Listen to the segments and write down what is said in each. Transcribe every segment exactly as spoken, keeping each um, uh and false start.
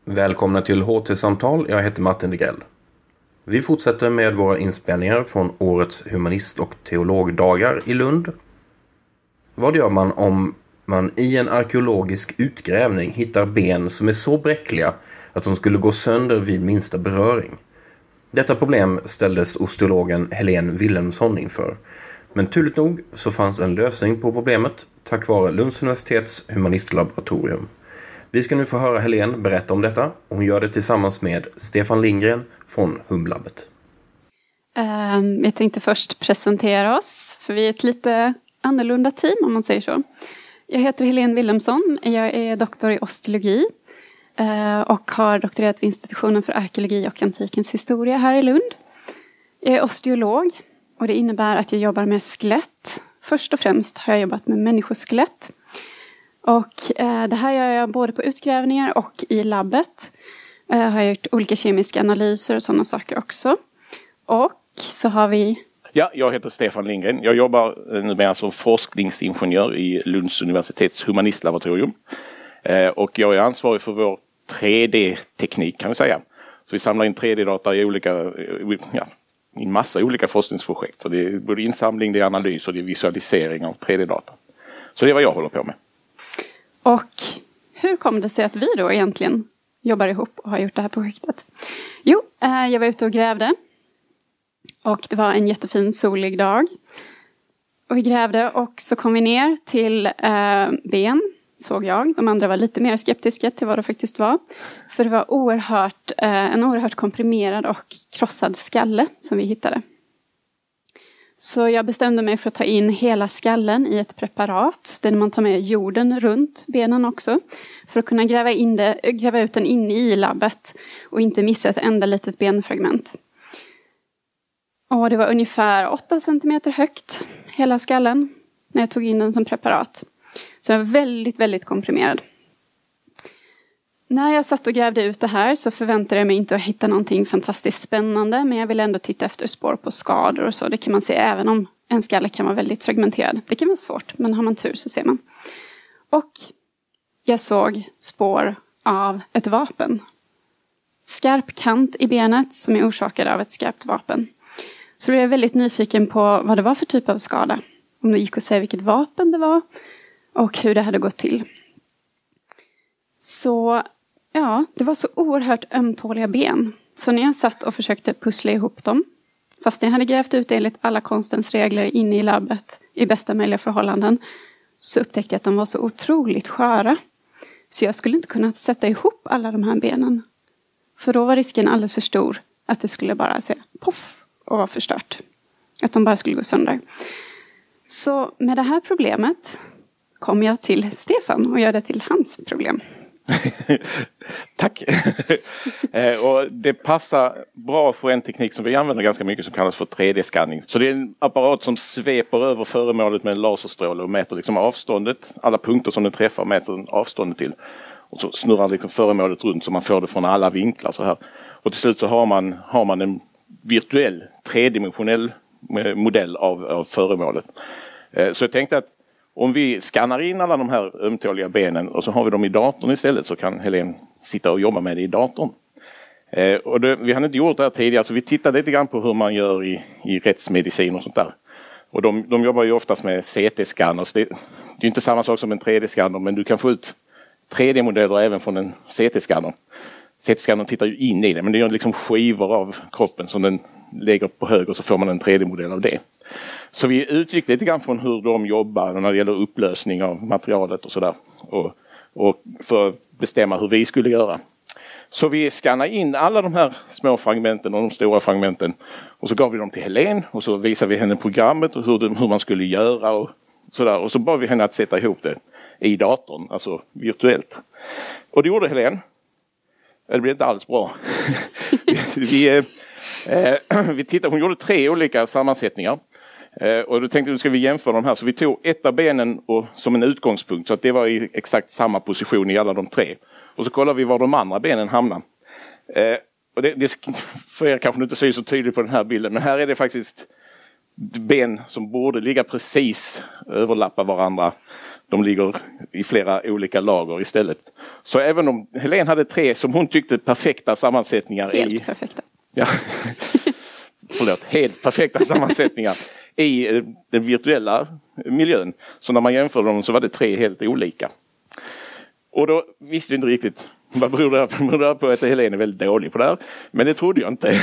Välkomna till H T-samtal, jag heter Martin Degrell. Vi fortsätter med våra inspelningar från årets humanist- och teologdagar i Lund. Vad gör man om man i en arkeologisk utgrävning hittar ben som är så bräckliga att de skulle gå sönder vid minsta beröring? Detta problem ställdes osteologen Helene Wilhelmsson inför. Men turligt nog så fanns en lösning på problemet tack vare Lunds universitets humanistlaboratorium. Vi ska nu få höra Helene berätta om detta. Hon gör det tillsammans med Stefan Lindgren från Humlabbet. Um, jag tänkte först presentera oss, för vi är ett lite annorlunda team om man säger så. Jag heter Helene Wilhelmsson, jag är doktor i osteologi uh, och har doktorerat vid institutionen för arkeologi och antikens historia här i Lund. Jag är osteolog och det innebär att jag jobbar med skelett. Först och främst har jag jobbat med människoskelett. Och eh, det här gör jag både på utgrävningar och i labbet. Jag eh, har gjort olika kemiska analyser och sådana saker också. Och så har vi... Ja, jag heter Stefan Lindgren. Jag jobbar numera som forskningsingenjör i Lunds universitets humanistlaboratorium. Eh, och jag är ansvarig för vår tre D-teknik kan vi säga. Så vi samlar in tre D-data i olika... Ja, i en massa olika forskningsprojekt. Så det är både insamling, det är analys och det är visualisering av tre D-data. Så det är vad jag håller på med. Och hur kom det sig att vi då egentligen jobbar ihop och har gjort det här projektet? Jo, jag var ute och grävde. Och det var en jättefin solig dag. Och vi grävde och så kom vi ner till eh, ben, såg jag. De andra var lite mer skeptiska till vad det faktiskt var. För det var oerhört, eh, en oerhört komprimerad och krossad skalle som vi hittade. Så jag bestämde mig för att ta in hela skallen i ett preparat. Där man tar med jorden runt benen också. För att kunna gräva, in det, gräva ut den inne i labbet. Och inte missa ett enda litet benfragment. Och det var ungefär åtta centimeter högt. Hela skallen. När jag tog in den som preparat. Så jag var väldigt, väldigt komprimerad. När jag satt och grävde ut det här så förväntade jag mig inte att hitta någonting fantastiskt spännande. Men jag ville ändå titta efter spår på skador och så. Det kan man se även om en skalle kan vara väldigt fragmenterad. Det kan vara svårt, men har man tur så ser man. Och jag såg spår av ett vapen. Skarp kant i benet som är orsakad av ett skarpt vapen. Så jag är väldigt nyfiken på vad det var för typ av skada. Om det gick att säga vilket vapen det var och hur det hade gått till. Så ja, det var så oerhört ömtåliga ben. Så när jag satt och försökte pussla ihop dem. Fast jag hade grävt ut enligt alla konstens regler inne i labbet. I bästa möjliga förhållanden. Så upptäckte jag att de var så otroligt sköra. Så jag skulle inte kunna sätta ihop alla de här benen. För då var risken alldeles för stor. Att det skulle bara säga poff och vara förstört. Att de bara skulle gå sönder. Så med det här problemet kom jag till Stefan och gör det till hans problem. Tack. Och det passar bra för en teknik som vi använder ganska mycket som kallas för tre D-skanning. Så det är en apparat som sveper över föremålet med en laserstråle och mäter liksom avståndet. Alla punkter som den träffar mäter avståndet till. Och så snurrar liksom föremålet runt så man får det från alla vinklar så här. Och till slut så har man, har man en virtuell tredimensionell modell av, av föremålet. Så jag tänkte att om vi skannar in alla de här ömtåliga benen och så har vi dem i datorn istället så kan Helene sitta och jobba med det i datorn. Eh, och det, vi hade inte gjort det här tidigare så vi tittade lite grann på hur man gör i, i rättsmedicin och sånt där. Och de, de jobbar ju oftast med C T-scanners. Det, det är inte samma sak som en tre D-scanner men du kan få ut tre D-modeller även från en C T-scanner. C T-scannern tittar ju in i det men det är liksom skivor av kroppen som den lägger på hög och så får man en tre D-modell av det. Så vi utgick lite grann från hur de jobbar när det gäller upplösning av materialet och sådär. Och, och för att bestämma hur vi skulle göra. Så vi skannade in alla de här små fragmenten och de stora fragmenten. Och så gav vi dem till Helene och så visade vi henne programmet och hur, hur man skulle göra och sådär. Och så bad vi henne att sätta ihop det i datorn, alltså virtuellt. Och det gjorde Helene. Det blev inte alls bra. vi, eh, vi tittade, hon gjorde tre olika sammansättningar. Eh, och då tänkte vi, ska vi jämföra de här. Så vi tog ett av benen och, som en utgångspunkt. Så att det var i exakt samma position i alla de tre. Och så kollade vi var de andra benen hamnar. Eh, och det, det för er kanske inte ser så tydligt på den här bilden. Men här är det faktiskt ben som borde ligga precis överlappa varandra. De ligger i flera olika lager istället. Så även om Helene hade tre som hon tyckte perfekta sammansättningar Helt i... Helt perfekta. Ja. Förlåt, helt perfekta sammansättningar i den virtuella miljön. Så när man jämför dem så var det tre helt olika. Och då visste vi inte riktigt vad beror det på, beror det på att Helene är väldigt dålig på det här. Men det trodde jag inte.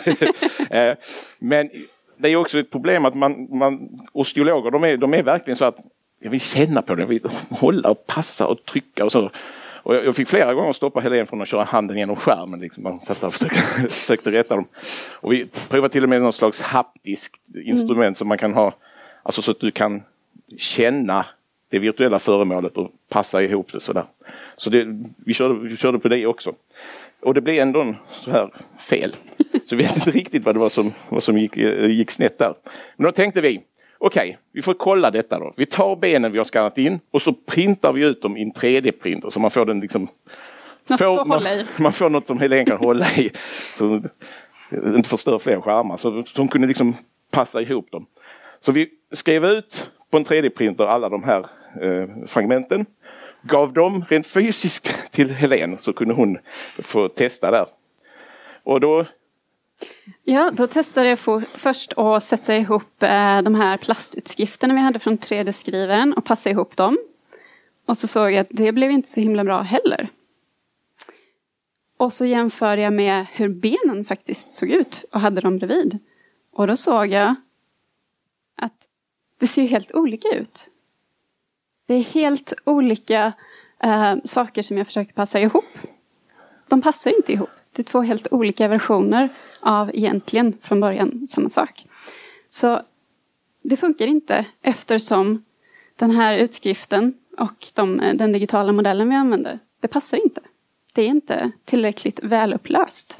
Men det är också ett problem att man, man osteologer, de är, de är verkligen så att jag vill känna på det, jag vill hålla och passa och trycka och så. Och jag, jag fick flera gånger stoppa Helene från att köra handen genom skärmen. Liksom. Man satt och försökte, försökte rätta dem. Och vi provade till och med någon slags haptiskt instrument mm. som man kan ha. Alltså så att du kan känna det virtuella föremålet och passa ihop det sådär. Så det, vi, körde, vi körde på det också. Och det blev ändå så här fel. Så vi vet inte riktigt vad det var som, vad som gick, gick snett där. Men då tänkte vi, okej, okay, vi får kolla detta då. Vi tar benen vi har skannat in och så printar vi ut dem i en tre D-printer så man får den liksom... Något får, att hålla i. Man, man får något som Helene kan hålla i. Så inte förstör fler skärmar. Så de kunde liksom passa ihop dem. Så vi skrev ut på en tre D-printer alla de här eh, fragmenten. Gav dem rent fysiskt till Helene så kunde hon få testa där. Och då... Ja, då testade jag för, först att sätta ihop eh, de här plastutskrifterna vi hade från tre D-skrivaren och passa ihop dem. Och så såg jag att det blev inte så himla bra heller. Och så jämförde jag med hur benen faktiskt såg ut och hade dem bredvid. Och då såg jag att det ser ju helt olika ut. Det är helt olika eh, saker som jag försöker passa ihop. De passar inte ihop. Det är två helt olika versioner av egentligen från början samma sak. Så det funkar inte eftersom den här utskriften och de, den digitala modellen vi använder, det passar inte. Det är inte tillräckligt välupplöst.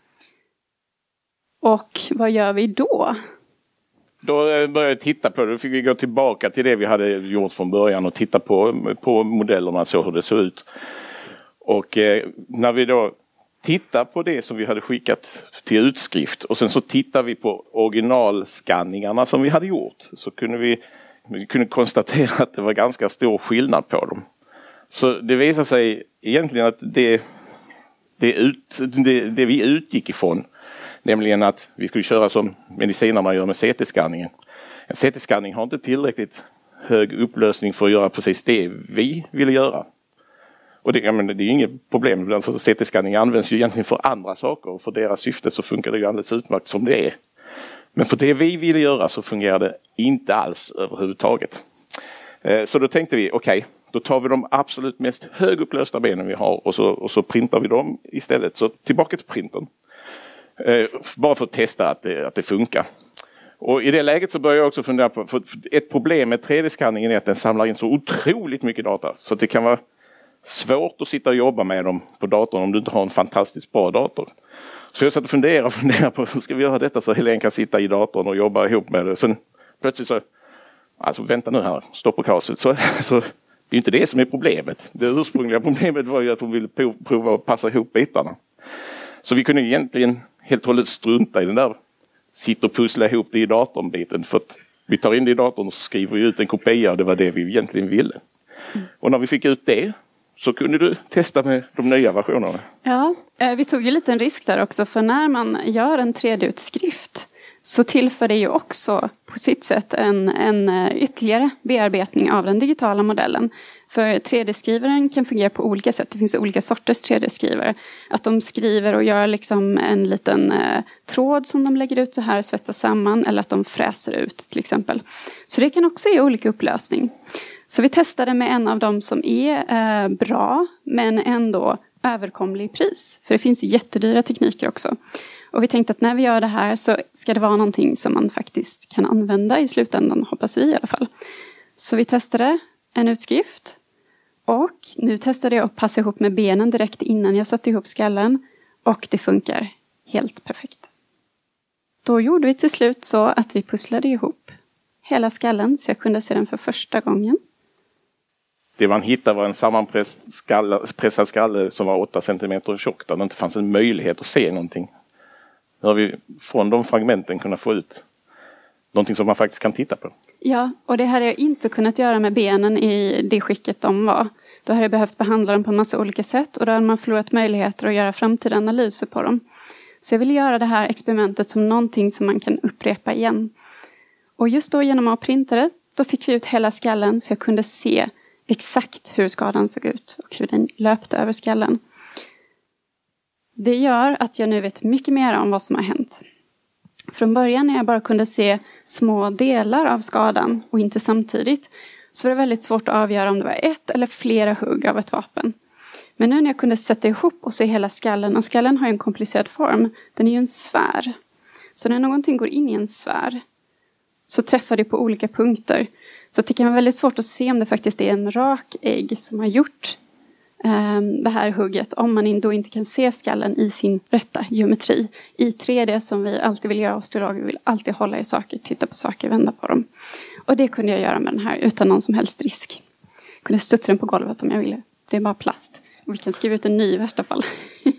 Och vad gör vi då? Då började jag titta på det. Då fick vi gå tillbaka till det vi hade gjort från början och titta på, på modellerna så hur det såg ut. Och eh, när vi då tittar på det som vi hade skickat till utskrift och sen så tittar vi på originalskanningarna som vi hade gjort så kunde vi, vi kunde konstatera att det var ganska stor skillnad på dem. Så det visar sig egentligen att det, det, ut, det, det vi utgick ifrån, nämligen att vi skulle köra som medicinarna gör med C T-skanningen. En C T-skanning har inte tillräckligt hög upplösning för att göra precis det vi ville göra. Och det, jag menar, det är ju inget problem. Alltså, C T-skanning används ju egentligen för andra saker. Och för deras syfte så funkar det ju alldeles utmärkt som det är. Men för det vi ville göra så fungerar det inte alls överhuvudtaget. Eh, så då tänkte vi, okej, okay, då tar vi de absolut mest högupplösta benen vi har. Och så, och så printar vi dem istället. Så tillbaka till printern. Eh, bara för att testa att det, att det funkar. Och i det läget så börjar jag också fundera på, för ett problem med tre D-skanningen är att den samlar in så otroligt mycket data. Så att det kan vara svårt att sitta och jobba med dem på datorn om du inte har en fantastiskt bra dator. Så jag satt och funderade och funderade på hur ska vi göra detta så Helene kan sitta i datorn och jobba ihop med det. Sen plötsligt så, alltså vänta nu här, stopp på kaset. Så, så det är ju inte det som är problemet. Det ursprungliga problemet var ju att hon ville prov, prova att passa ihop bitarna. Så vi kunde egentligen helt och hållet strunta i den där sitta och pussla ihop det i datorn-biten. För att vi tar in det i datorn och skriver vi ut en kopia och det var det vi egentligen ville. Mm. Och när vi fick ut det så kunde du testa med de nya versionerna. Ja, vi tog ju lite en risk där också. För när man gör en tre D-utskrift så tillför det ju också på sitt sätt en, en ytterligare bearbetning av den digitala modellen. För tre D-skrivaren kan fungera på olika sätt. Det finns olika sorters tre D-skrivare. Att de skriver och gör liksom en liten eh, tråd som de lägger ut så här och svetsar samman. Eller att de fräser ut till exempel. Så det kan också ge olika upplösning. Så vi testade med en av dem som är eh, bra men ändå överkomlig i pris. För det finns jättedyra tekniker också. Och vi tänkte att när vi gör det här så ska det vara någonting som man faktiskt kan använda i slutändan, hoppas vi i alla fall. Så vi testade en utskrift. Och nu testade jag att passa ihop med benen direkt innan jag satte ihop skallen. Och det funkar helt perfekt. Då gjorde vi till slut så att vi pusslade ihop hela skallen så jag kunde se den för första gången. Det man hittade var en sammanpressad skalle, pressad skalle som var åtta centimeter tjock där det inte fanns en möjlighet att se någonting. Nu har vi från de fragmenten kunnat få ut någonting som man faktiskt kan titta på. Ja, och det hade jag inte kunnat göra med benen i det skicket de var. Då hade jag behövt behandla dem på en massa olika sätt och då hade man förlorat möjligheter att göra framtida analyser på dem. Så jag ville göra det här experimentet som någonting som man kan upprepa igen. Och just då genom att printa det, då fick vi ut hela skallen så jag kunde se exakt hur skadan såg ut och hur den löpte över skallen. Det gör att jag nu vet mycket mer om vad som har hänt. Från början när jag bara kunde se små delar av skadan och inte samtidigt så var det väldigt svårt att avgöra om det var ett eller flera hugg av ett vapen. Men nu när jag kunde sätta ihop och se hela skallen, och skallen har ju en komplicerad form, den är ju en sfär. Så när någonting går in i en sfär så träffar det på olika punkter. Så det kan vara väldigt svårt att se om det faktiskt är en rak ägg som har gjort eh, det här hugget. Om man då inte kan se skallen i sin rätta geometri. I tre D som vi alltid vill göra osteologer. Vi vill alltid hålla i saker, titta på saker, vända på dem. Och det kunde jag göra med den här utan någon som helst risk. Jag kunde studsa den på golvet om jag ville. Det är bara plast. Och vi kan skriva ut en ny i värsta fall.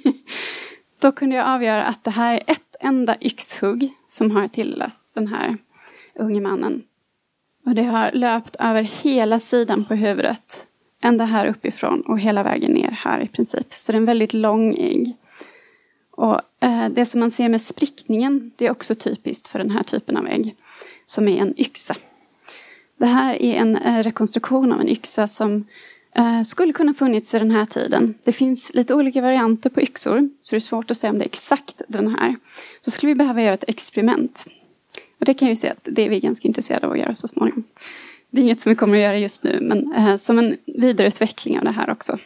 Då kunde jag avgöra att det här är ett enda yxhugg som har tilldelats den här unge mannen. Och det har löpt över hela sidan på huvudet. Ända här uppifrån och hela vägen ner här i princip. Så det är en väldigt lång ägg. Och eh, det som man ser med sprickningen, det är också typiskt för den här typen av ägg. Som är en yxa. Det här är en eh, rekonstruktion av en yxa som eh, skulle kunna funnits vid den här tiden. Det finns lite olika varianter på yxor. Så det är svårt att säga om det är exakt den här. Så skulle vi behöva göra ett experiment. Och det kan jag ju säga att det är vi ganska intresserade av att göra så småningom. Det är inget som vi kommer att göra just nu, men eh, som en vidareutveckling av det här också.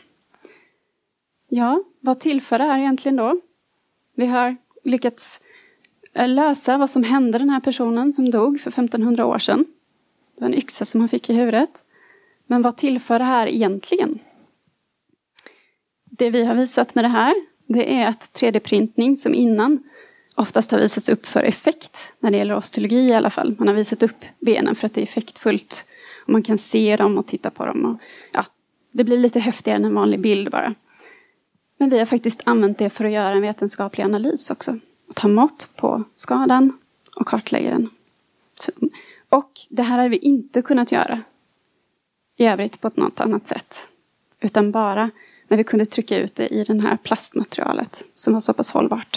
Ja, vad tillför det här egentligen då? Vi har lyckats eh, lösa vad som hände den här personen som dog för femtonhundra år sedan. Det var en yxa som han fick i huvudet. Men vad tillför det här egentligen? Det vi har visat med det här, det är att tre D-printning som innan oftast har visats upp för effekt, när det gäller osteologi i alla fall. Man har visat upp benen för att det är effektfullt. Och man kan se dem och titta på dem. Och, ja, det blir lite häftigare än en vanlig bild bara. Men vi har faktiskt använt det för att göra en vetenskaplig analys också. Och ta mått på skadan och kartlägga den. Så, och det här har vi inte kunnat göra i övrigt på något annat sätt. Utan bara när vi kunde trycka ut det i den här plastmaterialet som var så pass hållbart.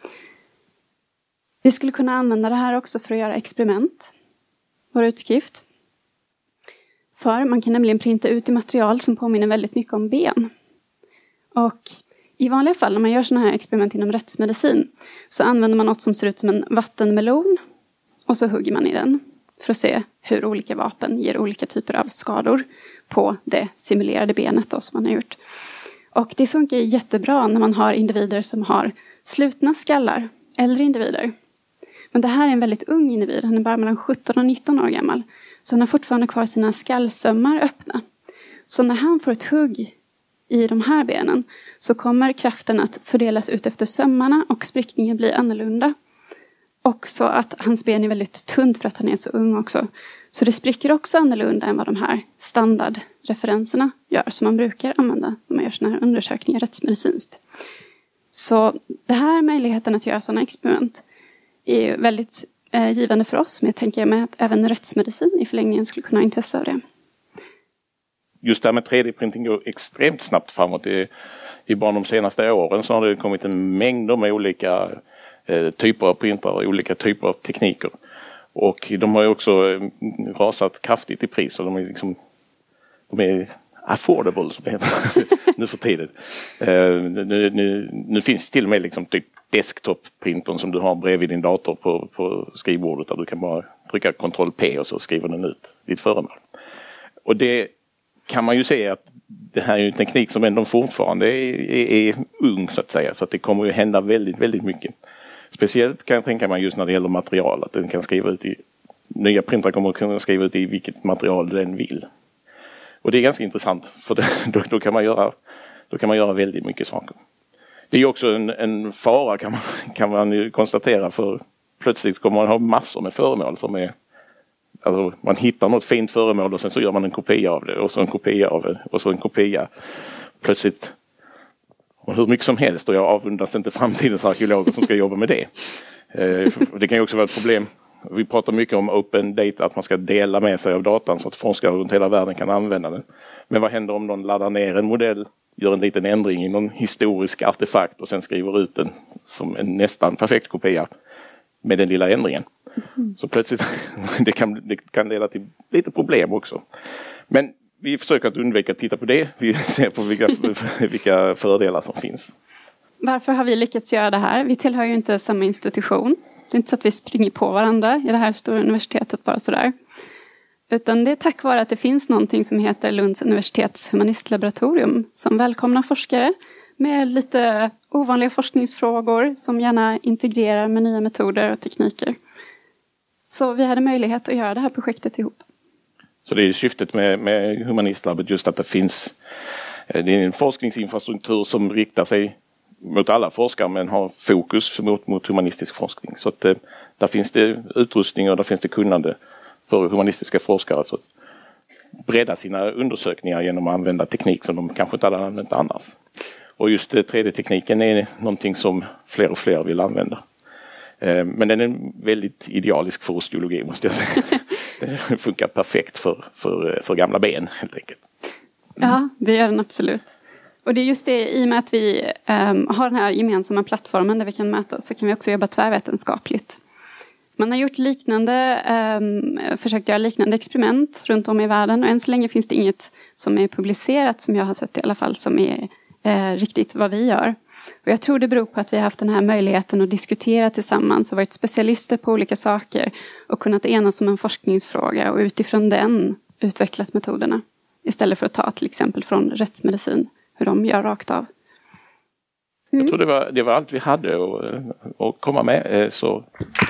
Vi skulle kunna använda det här också för att göra experiment. Vår utskrift. För man kan nämligen printa ut i material som påminner väldigt mycket om ben. Och i vanliga fall när man gör sådana här experiment inom rättsmedicin så använder man något som ser ut som en vattenmelon. Och så hugger man i den för att se hur olika vapen ger olika typer av skador på det simulerade benet då, som man har gjort. Och det funkar jättebra när man har individer som har slutna skallar, äldre individer. Men det här är en väldigt ung individ, han är bara mellan sjutton och nitton år gammal. Så han har fortfarande kvar sina skallsömmar öppna. Så när han får ett hugg i de här benen så kommer kraften att fördelas ut efter sömmarna och sprickningen blir annorlunda. Och så att hans ben är väldigt tunt för att han är så ung också. Så det spricker också annorlunda än vad de här standardreferenserna gör som man brukar använda när man gör sådana här undersökningar rättsmedicinskt. Så det här möjligheten att göra sådana experiment är väldigt eh, givande för oss. Men jag tänker mig att även rättsmedicin i förlängningen skulle kunna ha intresse av det. Just det här med tre D-printing går extremt snabbt framåt. I, i bara de senaste åren så har det kommit en mängd med olika eh, typer av printar och olika typer av tekniker. Och de har ju också eh, rasat kraftigt i pris. Och de är liksom de är affordable som det heter nu för tiden. Uh, nu, nu, nu finns det till och med liksom typ desktop-printern som du har bredvid din dator på, på skrivbordet där du kan bara trycka kontroll P och så skriver den ut ditt föremål. Och det kan man ju säga att det här är en teknik som ändå fortfarande är, är, är ung så att säga, så att det kommer ju hända väldigt, väldigt mycket. Speciellt kan jag tänka mig just när det gäller material, att den kan skriva ut i, nya printar kommer att kunna skriva ut i vilket material den vill. Och det är ganska intressant för det, då, då, kan man göra, då kan man göra väldigt mycket saker. Det är ju också en, en fara kan man, kan man ju konstatera, för plötsligt kommer man ha massor med föremål som är, alltså man hittar något fint föremål och sen så gör man en kopia av det och så en kopia av det och så en kopia. Plötsligt och hur mycket som helst, och jag avundas inte framtidens arkeologer som ska jobba med det. Det kan ju också vara ett problem Vi pratar mycket om open data, att man ska dela med sig av datan så att forskare runt hela världen kan använda den. Men vad händer om någon laddar ner en modell, gör en liten ändring i någon historisk artefakt och sen skriver ut den som en nästan perfekt kopia med den lilla ändringen? Mm. Så plötsligt det kan, det kan leda till lite problem också. Men vi försöker att undvika att titta på det. Vi ser på vilka, vilka fördelar som finns. Varför har vi lyckats göra det här? Vi tillhör ju inte samma institution. Det är inte så att vi springer på varandra i det här stora universitetet bara sådär. Utan det är tack vare att det finns någonting som heter Lunds universitets humanistlaboratorium som välkomnar forskare med lite ovanliga forskningsfrågor som gärna integrerar med nya metoder och tekniker. Så vi hade möjlighet att göra det här projektet ihop. Så det är syftet med, med humanistlabbet, just att det finns det är en forskningsinfrastruktur som riktar sig mot alla forskare men har fokus mot, mot humanistisk forskning. Så att, där finns det utrustning och där finns det kunnande för humanistiska forskare att bredda sina undersökningar genom att använda teknik som de kanske inte hade använt annars. Och just tre D-tekniken är någonting som fler och fler vill använda. Men den är väldigt idealisk för osteologi, måste jag säga. Den funkar perfekt för, för, för gamla ben helt enkelt. Mm. Ja, det gör den absolut. Och det är just det, i och med att vi um, har den här gemensamma plattformen där vi kan mäta, så kan vi också jobba tvärvetenskapligt. Man har gjort liknande, um, försökt göra liknande experiment runt om i världen, och än så länge finns det inget som är publicerat, som jag har sett i alla fall, som är uh, riktigt vad vi gör. Och jag tror det beror på att vi har haft den här möjligheten att diskutera tillsammans och varit specialister på olika saker och kunnat enas om en forskningsfråga och utifrån den utvecklat metoderna. Istället för att ta till exempel från rättsmedicin, hur de gör rakt av. Mm. Jag tror det var, det var allt vi hade att, att komma med. Så